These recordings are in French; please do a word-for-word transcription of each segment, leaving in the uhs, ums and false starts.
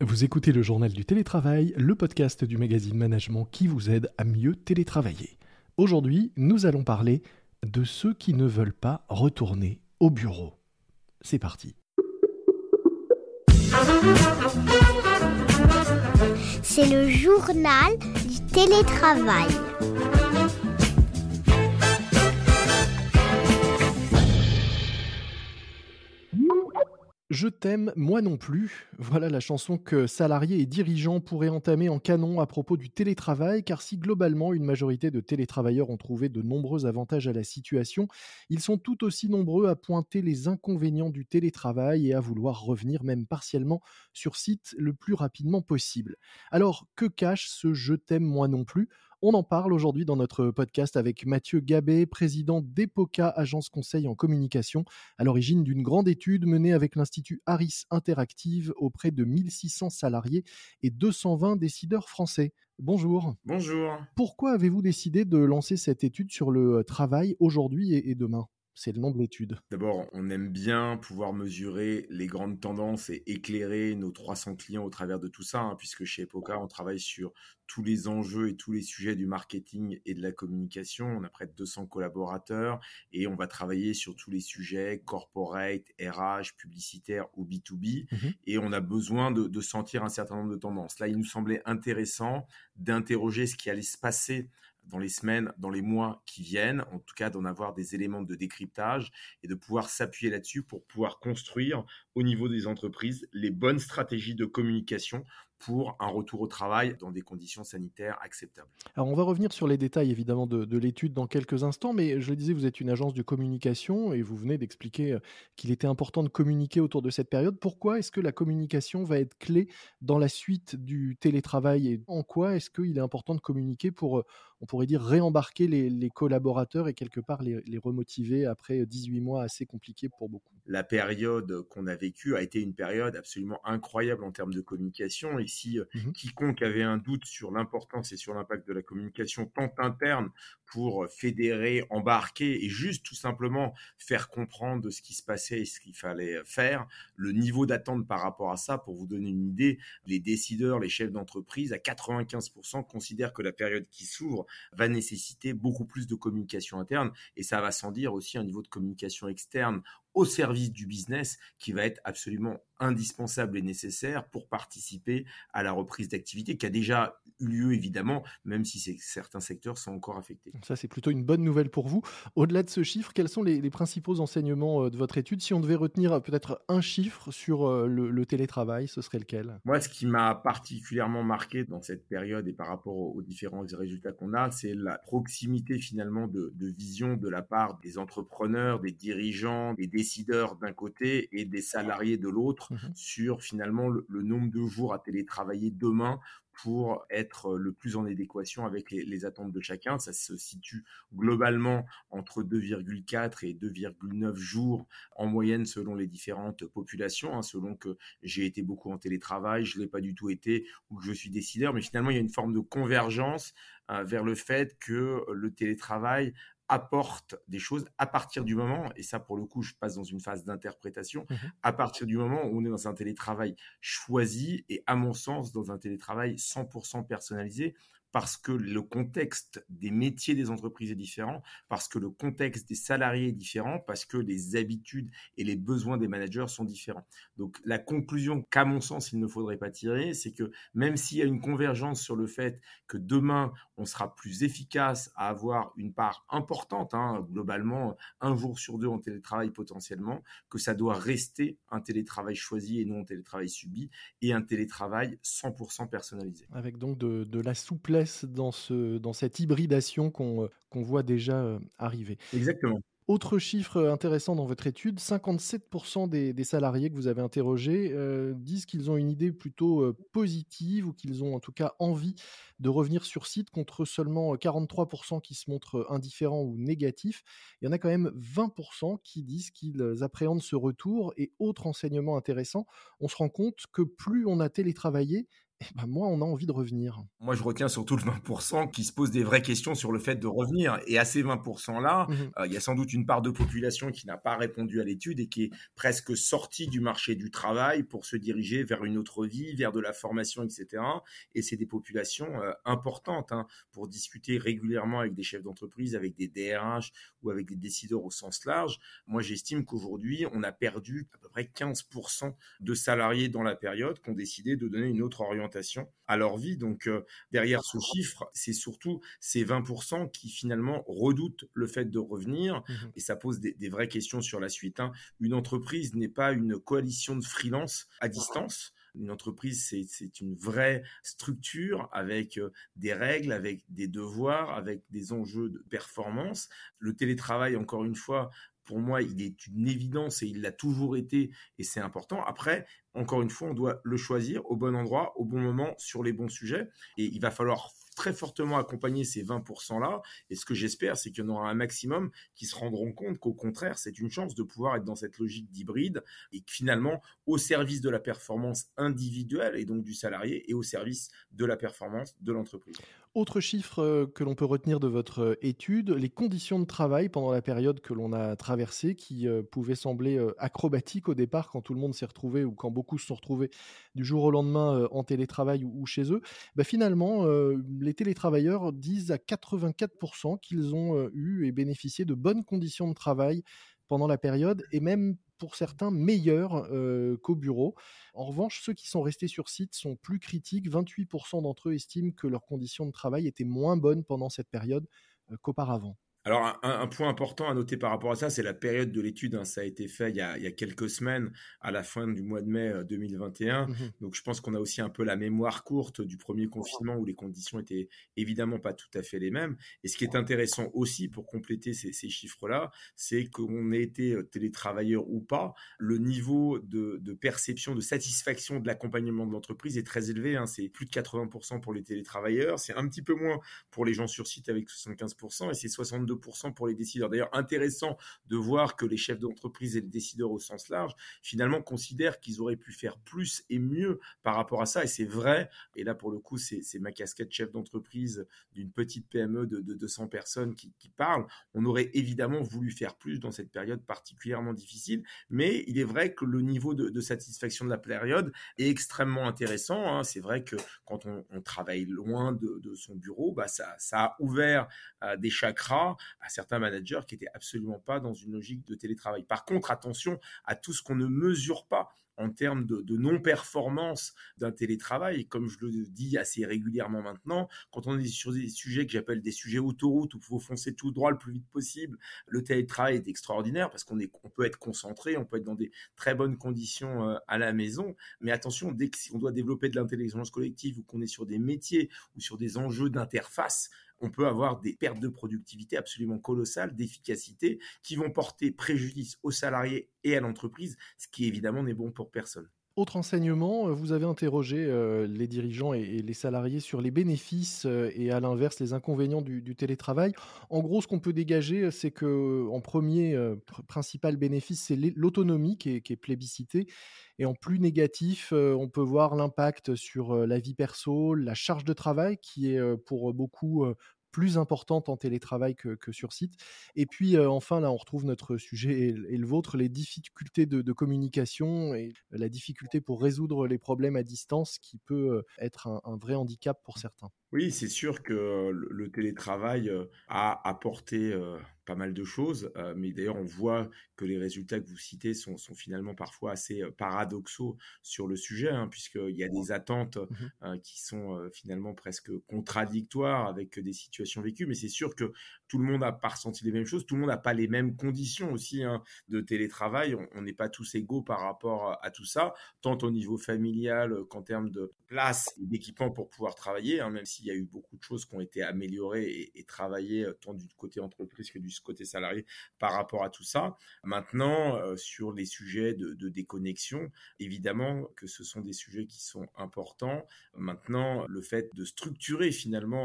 Vous écoutez le Journal du Télétravail, le podcast du magazine Management qui vous aide à mieux télétravailler. Aujourd'hui, nous allons parler de ceux qui ne veulent pas retourner au bureau. C'est parti. C'est le journal du télétravail. Je t'aime, moi non plus. Voilà la chanson que salariés et dirigeants pourraient entamer en canon à propos du télétravail, car si globalement une majorité de télétravailleurs ont trouvé de nombreux avantages à la situation, ils sont tout aussi nombreux à pointer les inconvénients du télétravail et à vouloir revenir même partiellement sur site le plus rapidement possible. Alors, que cache ce « je t'aime, moi non plus » ? On en parle aujourd'hui dans notre podcast avec Mathieu Gabet, président d'Epoca, agence conseil en communication, à l'origine d'une grande étude menée avec l'Institut Harris Interactive auprès de mille six cents salariés et deux cent vingt décideurs français. Bonjour. Bonjour. Pourquoi avez-vous décidé de lancer cette étude sur le travail aujourd'hui et demain ? C'est le nom de l'étude. D'abord, on aime bien pouvoir mesurer les grandes tendances et éclairer nos trois cents clients au travers de tout ça, hein, puisque chez Epoca, on travaille sur tous les enjeux et tous les sujets du marketing et de la communication. On a près de deux cents collaborateurs et on va travailler sur tous les sujets corporate, R H, publicitaire ou B deux B. Mmh. Et on a besoin de, de sentir un certain nombre de tendances. Là, il nous semblait intéressant d'interroger ce qui allait se passer dans les semaines, dans les mois qui viennent, en tout cas d'en avoir des éléments de décryptage et de pouvoir s'appuyer là-dessus pour pouvoir construire au niveau des entreprises les bonnes stratégies de communication pour un retour au travail dans des conditions sanitaires acceptables. Alors on va revenir sur les détails évidemment de, de l'étude dans quelques instants, mais je le disais, vous êtes une agence de communication et vous venez d'expliquer qu'il était important de communiquer autour de cette période. Pourquoi est-ce que la communication va être clé dans la suite du télétravail et en quoi est-ce qu'il est important de communiquer pour, on pourrait dire, réembarquer les, les collaborateurs et quelque part les, les remotiver après dix-huit mois assez compliqués pour beaucoup? La période qu'on a vécue a été une période absolument incroyable en termes de communication. Et si mmh. quiconque avait un doute sur l'importance et sur l'impact de la communication, tant interne pour fédérer, embarquer et juste tout simplement faire comprendre de ce qui se passait et ce qu'il fallait faire, le niveau d'attente par rapport à ça, pour vous donner une idée, les décideurs, les chefs d'entreprise, à quatre-vingt-quinze pour cent considèrent que la période qui s'ouvre va nécessiter beaucoup plus de communication interne et ça va sans dire aussi un niveau de communication externe au service du business qui va être absolument indispensable et nécessaire pour participer à la reprise d'activité qui a déjà eu lieu évidemment, même si c'est, certains secteurs sont encore affectés. Ça, c'est plutôt une bonne nouvelle pour vous. Au-delà de ce chiffre, quels sont les, les principaux enseignements de votre étude ? Si on devait retenir peut-être un chiffre sur le, le télétravail, ce serait lequel ? Moi, ce qui m'a particulièrement marqué dans cette période et par rapport aux, aux différents résultats qu'on a, c'est la proximité finalement de, de vision de la part des entrepreneurs, des dirigeants, des décideurs d'un côté et des salariés de l'autre mmh. sur finalement le, le nombre de jours à télétravailler demain pour être le plus en adéquation avec les, les attentes de chacun. Ça se situe globalement entre deux virgule quatre et deux virgule neuf jours en moyenne selon les différentes populations, hein, selon que j'ai été beaucoup en télétravail, je ne l'ai pas du tout été ou que je suis décideur. Mais finalement, il y a une forme de convergence euh, vers le fait que le télétravail apporte des choses à partir du moment, et ça pour le coup je passe dans une phase d'interprétation, mmh. à partir du moment où on est dans un télétravail choisi et à mon sens dans un télétravail cent pour cent personnalisé, parce que le contexte des métiers des entreprises est différent, parce que le contexte des salariés est différent, parce que les habitudes et les besoins des managers sont différents. Donc la conclusion qu'à mon sens il ne faudrait pas tirer, c'est que même s'il y a une convergence sur le fait que demain on sera plus efficace à avoir une part importante, hein, globalement un jour sur deux en télétravail potentiellement, que ça doit rester un télétravail choisi et non un télétravail subi, et un télétravail cent pour cent personnalisé. Avec donc de, de la souplesse dans, ce, dans cette hybridation qu'on, qu'on voit déjà arriver. Exactement. Autre chiffre intéressant dans votre étude, cinquante-sept pour cent des, des salariés que vous avez interrogés euh, disent qu'ils ont une idée plutôt euh, positive ou qu'ils ont en tout cas envie de revenir sur site, contre seulement quarante-trois pour cent qui se montrent indifférents ou négatifs. Il y en a quand même vingt pour cent qui disent qu'ils appréhendent ce retour. Et autre enseignement intéressant, on se rend compte que plus on a télétravaillé, Eh ben, moi, on a envie de revenir. Moi, je retiens surtout le vingt pour cent qui se pose des vraies questions sur le fait de revenir. Et à ces vingt pour cent-là, Mmh. euh, il y a sans doute une part de population qui n'a pas répondu à l'étude et qui est presque sortie du marché du travail pour se diriger vers une autre vie, vers de la formation, et cetera. Et c'est des populations euh, importantes, hein, pour discuter régulièrement avec des chefs d'entreprise, avec des D R H ou avec des décideurs au sens large. Moi, j'estime qu'aujourd'hui, on a perdu à peu près quinze pour cent de salariés dans la période qui ont décidé de donner une autre orientation à leur vie. Donc, euh, derrière ce chiffre, c'est surtout ces vingt pour cent qui finalement redoutent le fait de revenir, Mmh. et ça pose des, des vraies questions sur la suite, hein. Une entreprise n'est pas une coalition de freelance à distance. Une entreprise, c'est, c'est une vraie structure avec euh, des règles, avec des devoirs, avec des enjeux de performance. Le télétravail, encore une fois, pour moi, il est une évidence et il l'a toujours été, et c'est important. Après, encore une fois, on doit le choisir au bon endroit, au bon moment, sur les bons sujets. Et il va falloir très fortement accompagner ces vingt pour cent-là. Et ce que j'espère, c'est qu'il y en aura un maximum qui se rendront compte qu'au contraire, c'est une chance de pouvoir être dans cette logique d'hybride et que finalement, au service de la performance individuelle et donc du salarié, et au service de la performance de l'entreprise. Autre chiffre euh, que l'on peut retenir de votre euh, étude, les conditions de travail pendant la période que l'on a traversée, qui euh, pouvaient sembler euh, acrobatiques au départ quand tout le monde s'est retrouvé ou quand beaucoup se sont retrouvés du jour au lendemain euh, en télétravail ou, ou chez eux. Bah, finalement, euh, les télétravailleurs disent à quatre-vingt-quatre pour cent qu'ils ont euh, eu et bénéficié de bonnes conditions de travail pendant la période et même pour certains meilleures euh, qu'au bureau. En revanche, ceux qui sont restés sur site sont plus critiques. vingt-huit pour cent d'entre eux estiment que leurs conditions de travail étaient moins bonnes pendant cette période euh, qu'auparavant. Alors, un, un point important à noter par rapport à ça, c'est la période de l'étude, hein. Ça a été fait il y a, il y a quelques semaines, à la fin du mois de mai euh, deux mille vingt et un. Mhm. Donc, je pense qu'on a aussi un peu la mémoire courte du premier confinement où les conditions étaient évidemment pas tout à fait les mêmes. Et ce qui est intéressant aussi pour compléter ces, ces chiffres-là, c'est qu'on ait été euh, télétravailleur ou pas, le niveau de, de perception, de satisfaction de l'accompagnement de l'entreprise est très élevé, hein. C'est plus de quatre-vingts pour cent pour les télétravailleurs, c'est un petit peu moins pour les gens sur site avec soixante-quinze pour cent, et c'est soixante-deux pour cent pour les décideurs. D'ailleurs, intéressant de voir que les chefs d'entreprise et les décideurs au sens large, finalement, considèrent qu'ils auraient pu faire plus et mieux par rapport à ça. Et c'est vrai. Et là, pour le coup, c'est, c'est ma casquette chef d'entreprise d'une petite P M E de, de deux cents personnes qui, qui parle. On aurait évidemment voulu faire plus dans cette période particulièrement difficile. Mais il est vrai que le niveau de, de satisfaction de la période est extrêmement intéressant, hein. C'est vrai que quand on, on travaille loin de, de son bureau, bah ça, ça a ouvert euh, des chakras à certains managers qui n'étaient absolument pas dans une logique de télétravail. Par contre, attention à tout ce qu'on ne mesure pas en termes de, de non-performance d'un télétravail. Et comme je le dis assez régulièrement maintenant, quand on est sur des sujets que j'appelle des sujets autoroute où il faut foncer tout droit le plus vite possible, le télétravail est extraordinaire parce qu'on est, on peut être concentré, on peut être dans des très bonnes conditions euh, à la maison. Mais attention, dès qu'on doit développer de l'intelligence collective ou qu'on est sur des métiers ou sur des enjeux d'interface, on peut avoir des pertes de productivité absolument colossales, d'efficacité, qui vont porter préjudice aux salariés et à l'entreprise, ce qui évidemment n'est bon pour personne. Autre enseignement, euh, vous avez interrogé euh, les dirigeants et, et les salariés sur les bénéfices euh, et à l'inverse les inconvénients du, du télétravail. En gros, ce qu'on peut dégager, euh, c'est que en premier euh, pr- principal bénéfice, c'est l'é- l'autonomie qui est, qui est plébiscitée. Et en plus négatif, euh, on peut voir l'impact sur euh, la vie perso, la charge de travail qui est euh, pour beaucoup euh, plus importante en télétravail que, que sur site. Et puis euh, enfin, là, on retrouve notre sujet et, et le vôtre, les difficultés de, de communication et la difficulté pour résoudre les problèmes à distance qui peut euh, être un, un vrai handicap pour certains. Oui, c'est sûr que le, le télétravail euh, a apporté euh, pas mal de choses, euh, mais d'ailleurs on voit que les résultats que vous citez sont, sont finalement parfois assez euh, paradoxaux sur le sujet, hein, puisqu'il y a des attentes Mhm. euh, qui sont euh, finalement presque contradictoires avec des situations vécues, mais c'est sûr que tout le monde n'a pas ressenti les mêmes choses, tout le monde n'a pas les mêmes conditions aussi, hein, de télétravail, on on n'est pas tous égaux par rapport à, à tout ça, tant au niveau familial qu'en termes de place et d'équipement pour pouvoir travailler, hein, même s'il y a eu beaucoup de choses qui ont été améliorées et, et travaillées euh, tant du côté entreprise que du côté salarié par rapport à tout ça. Maintenant, euh, sur les sujets de, de déconnexion, évidemment que ce sont des sujets qui sont importants. Maintenant, le fait de structurer finalement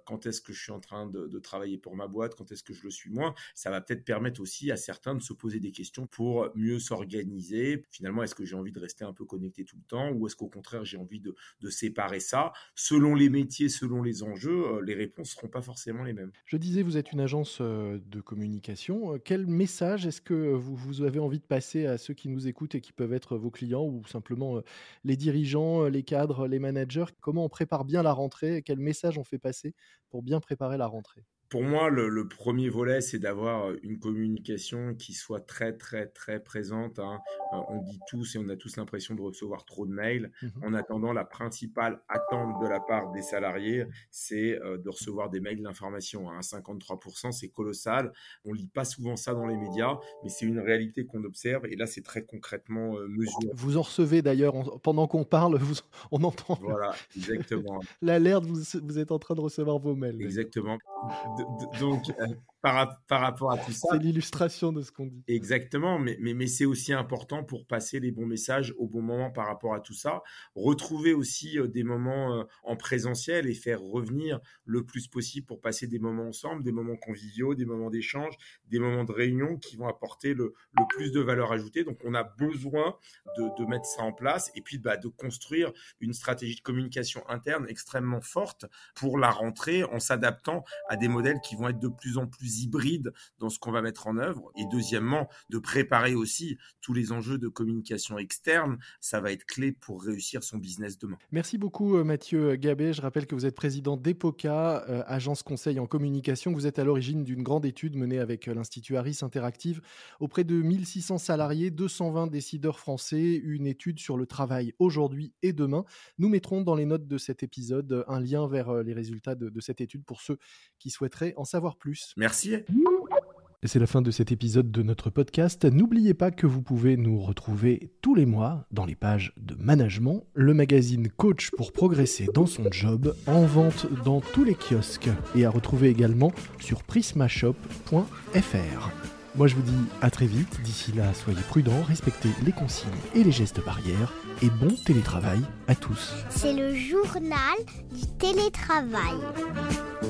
quand est-ce que je suis en train de, de travailler pour ma boîte, quand est-ce que je le suis moins. Ça va peut-être permettre aussi à certains de se poser des questions pour mieux s'organiser. Finalement, est-ce que j'ai envie de rester un peu connecté tout le temps ou est-ce qu'au contraire, j'ai envie de, de séparer ça? Selon les métiers, selon les enjeux, les réponses ne seront pas forcément les mêmes. Je disais, vous êtes une agence de communication. Quel message est-ce que vous, vous avez envie de passer à ceux qui nous écoutent et qui peuvent être vos clients ou simplement les dirigeants, les cadres, les managers? Comment on prépare bien la rentrée et quel message on fait passer pour bien préparer la rentrée? Pour moi, le, le premier volet, c'est d'avoir une communication qui soit très, très, très présente. Hein. On dit tous et on a tous l'impression de recevoir trop de mails. Mmh. En attendant, la principale attente de la part des salariés, c'est de recevoir des mails d'information. Hein. cinquante-trois pour cent, c'est colossal. On lit pas souvent ça dans les médias, mais c'est une réalité qu'on observe. Et là, c'est très concrètement euh, mesuré. Vous en recevez d'ailleurs, on, pendant qu'on parle, vous, on entend voilà, exactement. l'alerte, vous, vous êtes en train de recevoir vos mails. Exactement. Donc, euh, par, par rapport à tout ça... C'est l'illustration de ce qu'on dit. Exactement, mais, mais, mais c'est aussi important pour passer les bons messages au bon moment par rapport à tout ça. Retrouver aussi euh, des moments euh, en présentiel et faire revenir le plus possible pour passer des moments ensemble, des moments conviviaux, des moments d'échange, des moments de réunion qui vont apporter le, le plus de valeur ajoutée. Donc, on a besoin de, de mettre ça en place et puis bah, de construire une stratégie de communication interne extrêmement forte pour la rentrée en s'adaptant à des modèles qui vont être de plus en plus hybrides dans ce qu'on va mettre en œuvre. Et deuxièmement, de préparer aussi tous les enjeux de communication externe. Ça va être clé pour réussir son business demain. Merci beaucoup Mathieu Gabet. Je rappelle que vous êtes président d'EPOCA, euh, agence conseil en communication. Vous êtes à l'origine d'une grande étude menée avec l'Institut Harris Interactive auprès de mille six cents salariés, deux cent vingt décideurs français. Une étude sur le travail aujourd'hui et demain. Nous mettrons dans les notes de cet épisode un lien vers les résultats de, de cette étude pour ceux qui souhaiteraient en savoir plus. Merci. Et c'est la fin de cet épisode de notre podcast. N'oubliez pas que vous pouvez nous retrouver tous les mois dans les pages de Management, le magazine coach pour progresser dans son job, en vente dans tous les kiosques et à retrouver également sur prismashop point f r. Moi je vous dis à très vite, d'ici là soyez prudents, respectez les consignes et les gestes barrières et bon télétravail à tous. C'est le journal du télétravail.